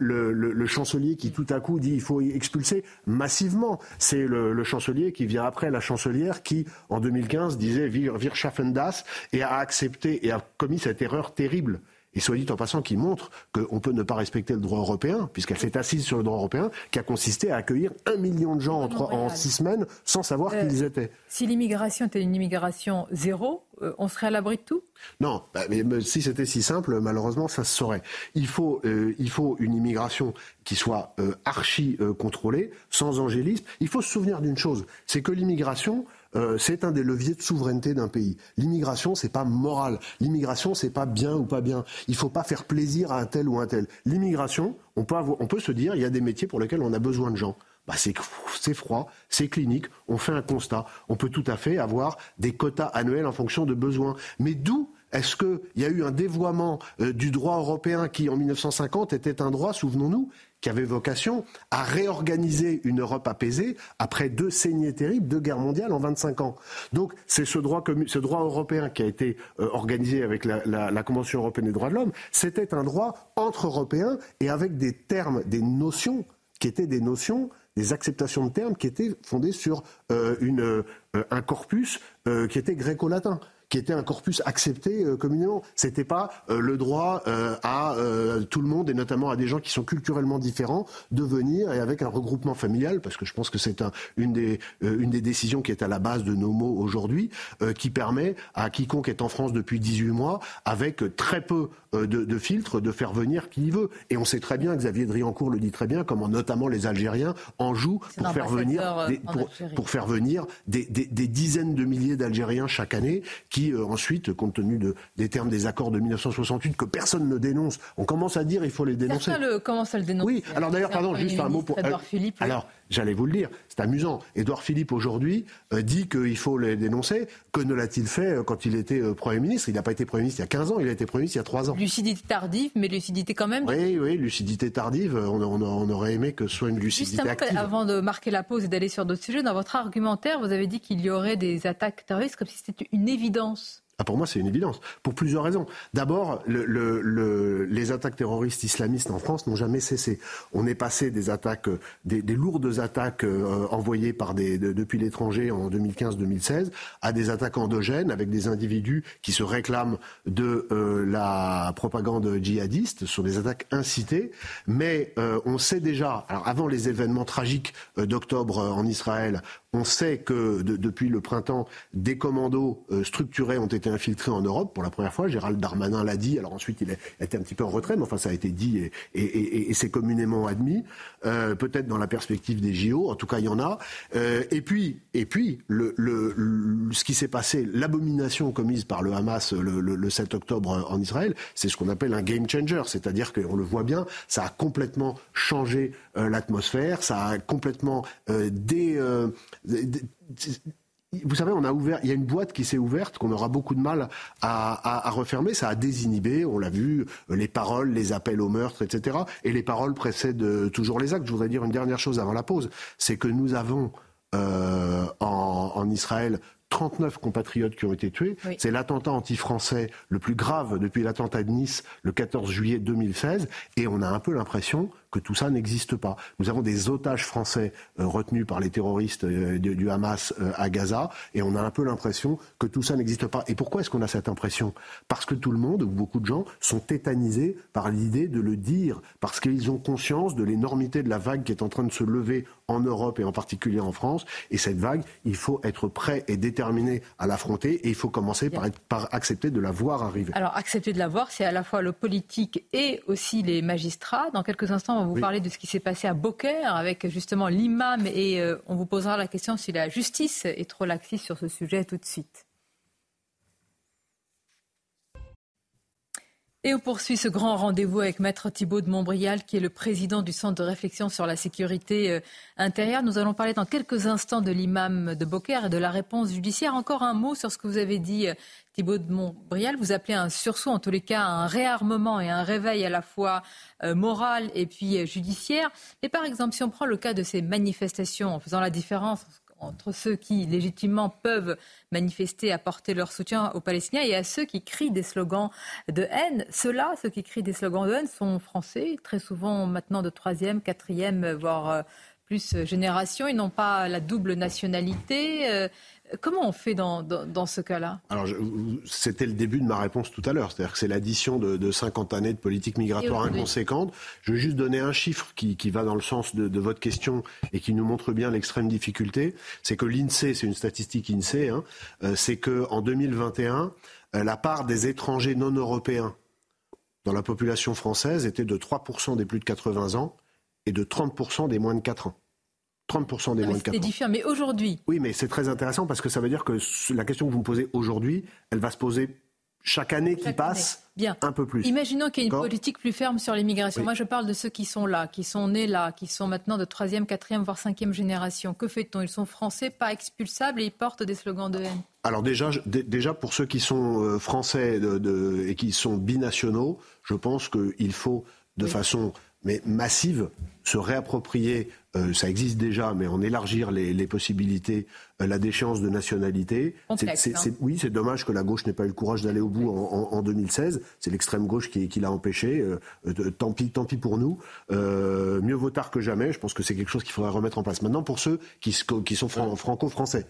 le chancelier qui tout à coup dit il faut expulser massivement. C'est le chancelier qui vient après la chancelière qui, en 2015, disait Wir schaffen das et a accepté et a commis cette erreur terrible. Et soit dit en passant, qui montre qu'on peut ne pas respecter le droit européen, puisqu'elle s'est assise sur le droit européen, qui a consisté à accueillir 1 million de gens en 6 semaines sans savoir qui ils étaient. Si l'immigration était une immigration zéro, on serait à l'abri de tout ? Non, mais si c'était si simple, malheureusement, ça se saurait. Il faut une immigration qui soit archi contrôlée, sans angélisme. Il faut se souvenir d'une chose, c'est que l'immigration... c'est un des leviers de souveraineté d'un pays. L'immigration, c'est pas moral. L'immigration, c'est pas bien ou pas bien. Il faut pas faire plaisir à un tel ou un tel. L'immigration, on peut se dire, il y a des métiers pour lesquels on a besoin de gens. C'est froid, c'est clinique, on fait un constat. On peut tout à fait avoir des quotas annuels en fonction de besoins. Mais d'où est-ce qu'il y a eu un dévoiement du droit européen qui, en 1950, était un droit, souvenons-nous, qui avait vocation à réorganiser une Europe apaisée après 2 saignées terribles, 2 guerres mondiales en 25 ans. Donc c'est ce droit européen qui a été organisé avec la Convention européenne des droits de l'homme. C'était un droit entre Européens et avec des termes, des notions qui étaient des acceptations de termes qui étaient fondées sur un corpus qui était gréco-latin, qui était un corpus accepté communément. C'était pas le droit à tout le monde, et notamment à des gens qui sont culturellement différents, de venir, et avec un regroupement familial, parce que je pense que c'est une des décisions qui est à la base de nos mots aujourd'hui, qui permet à quiconque est en France depuis 18 mois, avec très peu de filtres, de faire venir qui il veut. Et on sait très bien, Xavier Driancourt le dit très bien, comment notamment les Algériens en jouent pour faire venir des dizaines de milliers d'Algériens chaque année, qui ensuite, compte tenu des termes des accords de 1968 que personne ne dénonce, on commence à dire il faut les dénoncer. Certains commencent à le dénoncer. Oui, alors d'ailleurs, pardon, juste un mot pour... Édouard Philippe. Alors, j'allais vous le dire, c'est amusant. Édouard Philippe, aujourd'hui, dit qu'il faut les dénoncer. Que ne l'a-t-il fait quand il était Premier ministre ? Il n'a pas été Premier ministre il y a 15 ans, il a été Premier ministre il y a 3 ans. Lucidité tardive, mais lucidité quand même. Oui, lucidité tardive. On aurait aimé que ce soit une lucidité active. Juste avant de marquer la pause et d'aller sur d'autres sujets, dans votre argumentaire, vous avez dit qu'il y aurait des attaques terroristes comme si c'était une évidence. Pour moi, c'est une évidence, pour plusieurs raisons. D'abord, les attaques terroristes islamistes en France n'ont jamais cessé. On est passé des attaques, des lourdes attaques envoyées depuis l'étranger en 2015-2016, à des attaques endogènes avec des individus qui se réclament de la propagande djihadiste. Ce sont des attaques incitées, mais on sait déjà, alors avant les événements tragiques d'octobre en Israël, on sait que depuis le printemps, des commandos structurés ont été infiltrés en Europe pour la première fois. Gérald Darmanin l'a dit. Alors ensuite, il a été un petit peu en retrait, mais enfin ça a été dit et c'est communément admis. Peut-être dans la perspective des JO. En tout cas, il y en a. Et puis, ce qui s'est passé, l'abomination commise par le Hamas le 7 octobre en Israël, c'est ce qu'on appelle un game changer. C'est-à-dire qu'on le voit bien, ça a complètement changé l'atmosphère, ça a complètement vous savez, il y a une boîte qui s'est ouverte, qu'on aura beaucoup de mal à refermer. Ça a désinhibé, on l'a vu, les paroles, les appels au meurtre, etc. Et les paroles précèdent toujours les actes. Je voudrais dire une dernière chose avant la pause, c'est que nous avons en Israël 39 compatriotes qui ont été tués. Oui. C'est l'attentat anti-français le plus grave depuis l'attentat de Nice le 14 juillet 2016. Et on a un peu l'impression que tout ça n'existe pas. Nous avons des otages français retenus par les terroristes du Hamas à Gaza, et on a un peu l'impression que tout ça n'existe pas. Et pourquoi est-ce qu'on a cette impression ? Parce que tout le monde, ou beaucoup de gens, sont tétanisés par l'idée de le dire, parce qu'ils ont conscience de l'énormité de la vague qui est en train de se lever en Europe et en particulier en France. Et cette vague, il faut être prêt et déterminé à l'affronter, et il faut commencer par accepter de la voir arriver. Alors, accepter de la voir, c'est à la fois le politique et aussi les magistrats. Dans quelques instants, on va vous parler de ce qui s'est passé à Beaucaire avec justement l'imam, et on vous posera la question si la justice est trop laxiste sur ce sujet tout de suite. Et on poursuit ce grand rendez-vous avec Maître Thibault de Montbrial, qui est le président du Centre de réflexion sur la sécurité intérieure. Nous allons parler dans quelques instants de l'imam de Beaucaire et de la réponse judiciaire. Encore un mot sur ce que vous avez dit, Thibault de Montbrial. Vous appelez un sursaut, en tous les cas un réarmement et un réveil à la fois moral et puis judiciaire. Mais par exemple, si on prend le cas de ces manifestations, en faisant la différence entre ceux qui, légitimement, peuvent manifester, apporter leur soutien aux Palestiniens, et à ceux qui crient des slogans de haine. Ceux qui crient des slogans de haine sont français, très souvent maintenant de 3e, 4e, voire plus génération. Ils n'ont pas la double nationalité. Comment on fait dans ce cas-là ? Alors, c'était le début de ma réponse tout à l'heure. C'est-à-dire que c'est l'addition de 50 années de politique migratoire inconséquente. Je vais juste donner un chiffre qui va dans le sens de votre question et qui nous montre bien l'extrême difficulté. C'est que l'INSEE, c'est une statistique INSEE, c'est qu'en 2021, la part des étrangers non européens dans la population française était de 3% des plus de 80 ans et de 30% des moins de 4 ans. 30% des moins de 4 ans. C'est différent, mais aujourd'hui... Oui, mais c'est très intéressant parce que ça veut dire que la question que vous me posez aujourd'hui, elle va se poser chaque année qui passe, un peu plus. Imaginons qu'il y ait une politique plus ferme sur l'immigration. Oui. Moi, je parle de ceux qui sont là, qui sont nés là, qui sont maintenant de 3e, 4e, voire 5e génération. Que fait-on ? Ils sont français, pas expulsables, et ils portent des slogans de haine. Alors déjà pour ceux qui sont français et qui sont binationaux, je pense qu'il faut de façon mais massive, se réapproprier, ça existe déjà, mais en élargir les possibilités, la déchéance de nationalité. Oui, c'est dommage que la gauche n'ait pas eu le courage d'aller au bout en 2016. C'est l'extrême gauche qui l'a empêché. Tant pis pour nous. Mieux vaut tard que jamais. Je pense que c'est quelque chose qu'il faudrait remettre en place. Maintenant, pour ceux qui sont franco-français,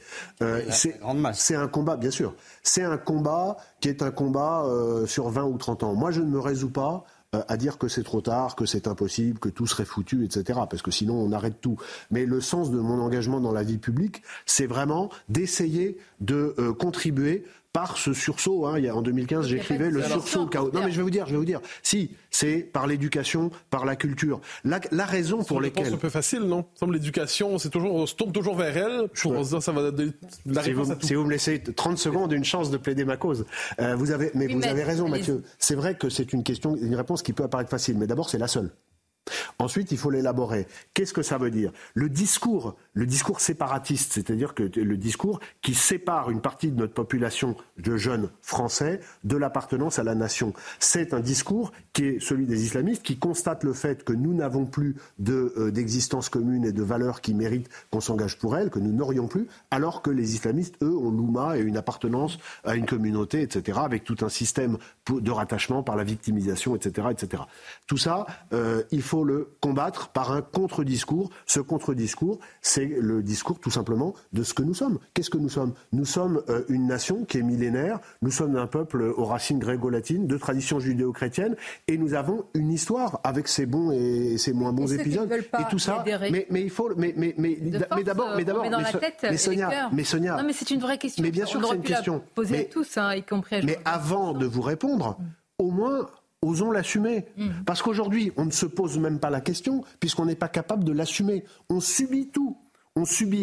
c'est un combat, bien sûr. C'est un combat qui est un combat sur 20 ou 30 ans. Moi, je ne me résous pas à dire que c'est trop tard, que c'est impossible, que tout serait foutu, etc. Parce que sinon, on arrête tout. Mais le sens de mon engagement dans la vie publique, c'est vraiment d'essayer de contribuer par ce sursaut. En 2015, j'écrivais le sursaut chaos. Non, mais je vais vous dire. Si, c'est par l'éducation, par la culture. La raison pour laquelle... C'est un peu facile, non? Comme l'éducation, on se tourne toujours vers elle. On se dit, ça va donner la réponse à tout. Si vous me laissez 30 secondes, une chance de plaider ma cause. Vous avez raison, Mathieu. C'est vrai que c'est une réponse qui peut apparaître facile, mais d'abord, c'est la seule. Ensuite, il faut l'élaborer. Qu'est-ce que ça veut dire ? Le discours séparatiste, c'est-à-dire que le discours qui sépare une partie de notre population de jeunes Français de l'appartenance à la nation. C'est un discours qui est celui des islamistes, qui constate le fait que nous n'avons plus d'existence commune et de valeurs qui méritent qu'on s'engage pour elles, que nous n'aurions plus, alors que les islamistes, eux, ont l'ouma et une appartenance à une communauté, etc., avec tout un système de rattachement par la victimisation, etc., etc. Tout ça, il faut le combattre par un contre-discours. Ce contre-discours, c'est le discours tout simplement de ce que nous sommes. Qu'est-ce que nous sommes ? Nous sommes une nation qui est millénaire, nous sommes un peuple aux racines gréco-latines, de tradition judéo-chrétienne, et nous avons une histoire avec ses bons et ses moins bons épisodes. Et tout ça, mais il faut... Mais d'abord... Mais Sonia... Non, mais c'est une vraie question. Mais bien sûr que c'est une question. Poser à tous, y compris à... Mais avant de vous répondre, au moins... osons l'assumer. Parce qu'aujourd'hui, on ne se pose même pas la question, puisqu'on n'est pas capable de l'assumer. On subit tout. On subit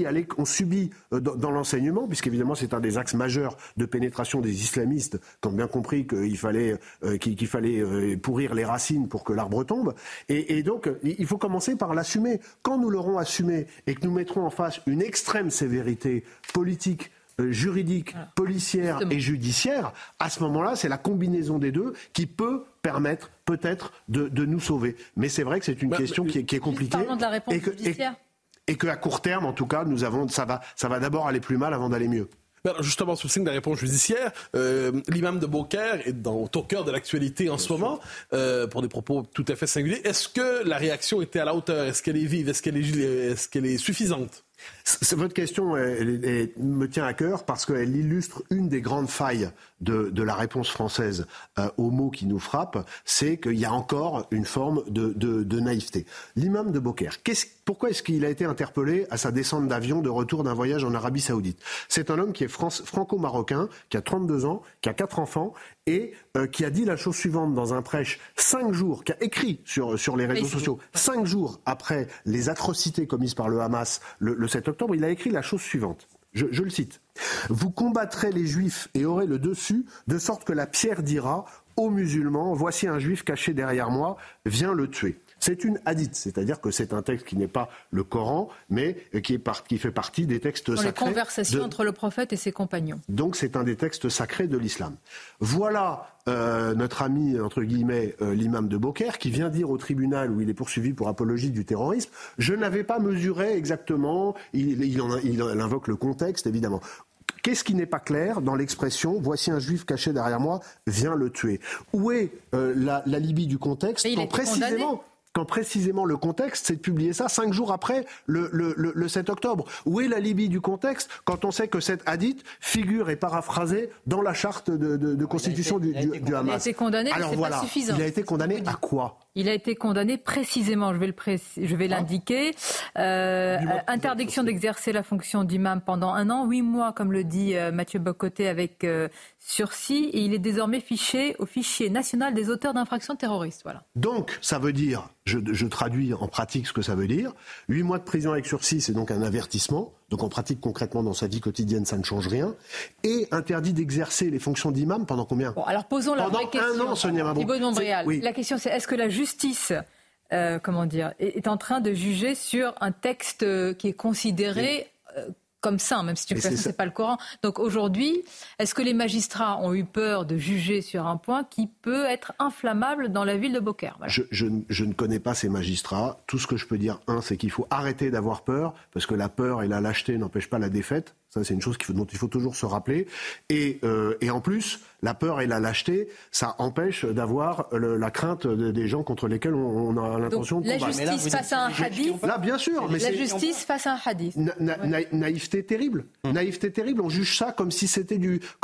dans l'enseignement, puisqu'évidemment c'est un des axes majeurs de pénétration des islamistes, qui ont bien compris qu'il fallait pourrir les racines pour que l'arbre tombe. Et donc, il faut commencer par l'assumer. Quand nous l'aurons assumé et que nous mettrons en face une extrême sévérité politique, juridique, policière et judiciaire, à ce moment-là, c'est la combinaison des deux qui peut permettre peut-être de nous sauver. Mais c'est vrai que c'est une question qui est compliquée. Parlons de la réponse judiciaire. Et qu'à court terme, en tout cas, ça va d'abord aller plus mal avant d'aller mieux. Alors justement, sous le signe de la réponse judiciaire, l'imam de Beaucaire est au cœur de l'actualité en ce moment, pour des propos tout à fait singuliers. Est-ce que la réaction était à la hauteur? Est-ce qu'elle est vive? Est-ce qu'elle est suffisante? Votre question me tient à cœur parce qu'elle illustre une des grandes failles de la réponse française aux mots qui nous frappent, c'est qu'il y a encore une forme de naïveté. L'imam de Beaucaire, pourquoi est-ce qu'il a été interpellé à sa descente d'avion de retour d'un voyage en Arabie Saoudite ? C'est un homme qui est franco-marocain, qui a 32 ans, qui a 4 enfants et qui a dit la chose suivante dans un prêche 5 jours, qui a écrit sur les réseaux sociaux, 5 jours après les atrocités commises par le Hamas le 7 octobre, il a écrit la chose suivante. Je le cite. « Vous combattrez les Juifs et aurez le dessus, de sorte que la pierre dira aux musulmans, voici un Juif caché derrière moi, viens le tuer. » C'est une hadith, c'est-à-dire que c'est un texte qui n'est pas le Coran, mais qui fait partie des textes sacrés. Les conversations entre le prophète et ses compagnons. Donc c'est un des textes sacrés de l'islam. Voilà notre ami, entre guillemets, l'imam de Beaucaire, qui vient dire au tribunal où il est poursuivi pour apologie du terrorisme, je n'avais pas mesuré exactement, il invoque le contexte, évidemment. Qu'est-ce qui n'est pas clair dans l'expression « voici un juif caché derrière moi, viens le tuer » Où est la Libye du contexte quand précisément le contexte, c'est de publier ça 5 jours après le 7 octobre. Où est la Libye du contexte quand on sait que cette hadith figure et paraphrasée dans la charte de constitution du Hamas ? Il a été condamné, mais c'est pas suffisant. Il a été condamné à quoi ? Il a été condamné précisément, je vais l'indiquer, interdiction d'exercer la fonction d'imam pendant 1 an, 8 mois, comme le dit Mathieu Bocoté, avec sursis, et il est désormais fiché au fichier national des auteurs d'infractions terroristes. Voilà. Donc, ça veut dire, je traduis en pratique ce que ça veut dire, 8 mois de prison avec sursis, c'est donc un avertissement. Donc en pratique, concrètement, dans sa vie quotidienne, ça ne change rien. Et interdit d'exercer les fonctions d'imam pendant combien ? Bon, alors posons la vraie question. Pendant 1 an, Sonia Mabrouk. Thibaut de Montbrial. Oui. La question, c'est est-ce que la justice est en train de juger sur un texte qui est considéré comme saint, même si tu ne sais pas le Coran. Donc aujourd'hui, est-ce que les magistrats ont eu peur de juger sur un point qui peut être inflammable dans la ville de Beaucaire? Voilà. Je ne connais pas ces magistrats. Tout ce que je peux dire, c'est qu'il faut arrêter d'avoir peur, parce que la peur et la lâcheté n'empêchent pas la défaite. Ça, c'est une chose dont il faut toujours se rappeler. Et en plus, la peur et la lâcheté, ça empêche d'avoir la crainte des gens contre lesquels on a l'intention de combattre. La justice face à un hadith. Là, bien sûr. Mais la justice face à un hadith. Naïveté terrible. Naïveté terrible. On juge ça comme si c'était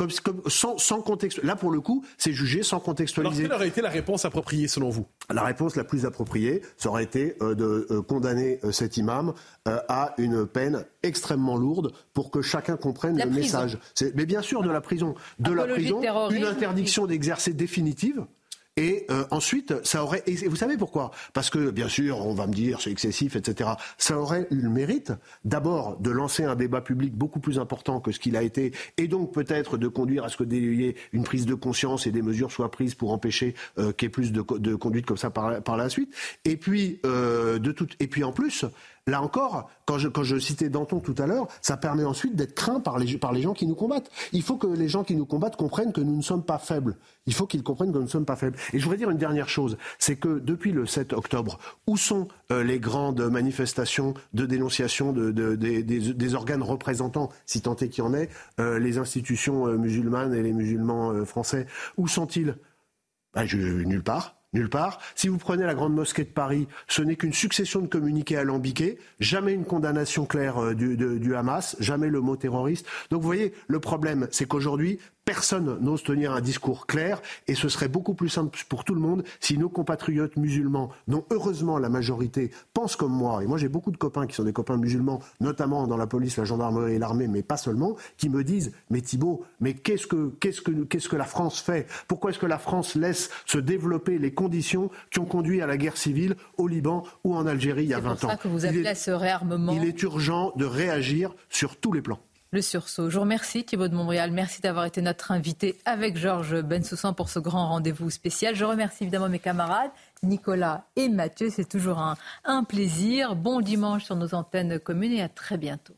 sans contexte. Là, pour le coup, c'est jugé sans contextualiser. Alors, quelle aurait été la réponse appropriée, selon vous? La réponse la plus appropriée, ça aurait été de condamner cet imam à une peine extrêmement lourde pour que chacun comprenne le message. Mais bien sûr, de la prison. Une interdiction d'exercer définitive. Et ensuite, ça aurait... Et vous savez pourquoi? Parce que, bien sûr, on va me dire c'est excessif, etc. Ça aurait eu le mérite, d'abord, de lancer un débat public beaucoup plus important que ce qu'il a été, et donc peut-être de conduire à ce qu'il y ait une prise de conscience et des mesures soient prises pour empêcher qu'il y ait plus de conduite comme ça par la suite. Et puis, et puis en plus... Là encore, quand je citais Danton tout à l'heure, ça permet ensuite d'être craint par les gens qui nous combattent. Il faut que les gens qui nous combattent comprennent que nous ne sommes pas faibles. Il faut qu'ils comprennent que nous ne sommes pas faibles. Et je voudrais dire une dernière chose, c'est que depuis le 7 octobre, où sont les grandes manifestations de dénonciation des organes représentants, si tant est qu'il y en ait, les institutions musulmanes et les musulmans français? Où sont-ils? Nulle part. Nulle part. Si vous prenez la Grande Mosquée de Paris, ce n'est qu'une succession de communiqués alambiqués, jamais une condamnation claire du Hamas, jamais le mot terroriste. Donc vous voyez, le problème, c'est qu'aujourd'hui, personne n'ose tenir un discours clair, et ce serait beaucoup plus simple pour tout le monde si nos compatriotes musulmans, dont heureusement la majorité pensent comme moi, et moi j'ai beaucoup de copains qui sont des copains musulmans, notamment dans la police, la gendarmerie et l'armée, mais pas seulement, qui me disent « Mais Thibault, mais qu'est-ce que la France fait? Pourquoi est-ce que la France laisse se développer les conditions qui ont conduit à la guerre civile au Liban ou en Algérie il y a 20 ans ?» C'est pour ça que vous appelez à ce réarmement. Il est urgent de réagir sur tous les plans. Le sursaut. Je vous remercie Thibault de Montbrial. Merci d'avoir été notre invité avec Georges Bensoussan pour ce grand rendez-vous spécial. Je remercie évidemment mes camarades Nicolas et Mathieu. C'est toujours un plaisir. Bon dimanche sur nos antennes communes et à très bientôt.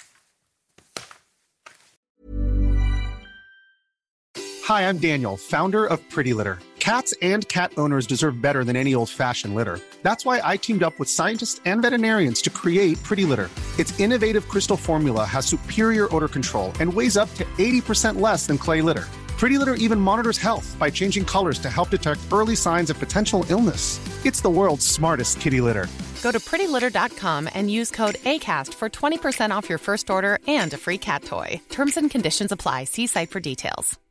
Hi, I'm Daniel, founder of Pretty Litter. Cats and cat owners deserve better than any old-fashioned litter. That's why I teamed up with scientists and veterinarians to create Pretty Litter. Its innovative crystal formula has superior odor control and weighs up to 80% less than clay litter. Pretty Litter even monitors health by changing colors to help detect early signs of potential illness. It's the world's smartest kitty litter. Go to prettylitter.com and use code ACAST for 20% off your first order and a free cat toy. Terms and conditions apply. See site for details.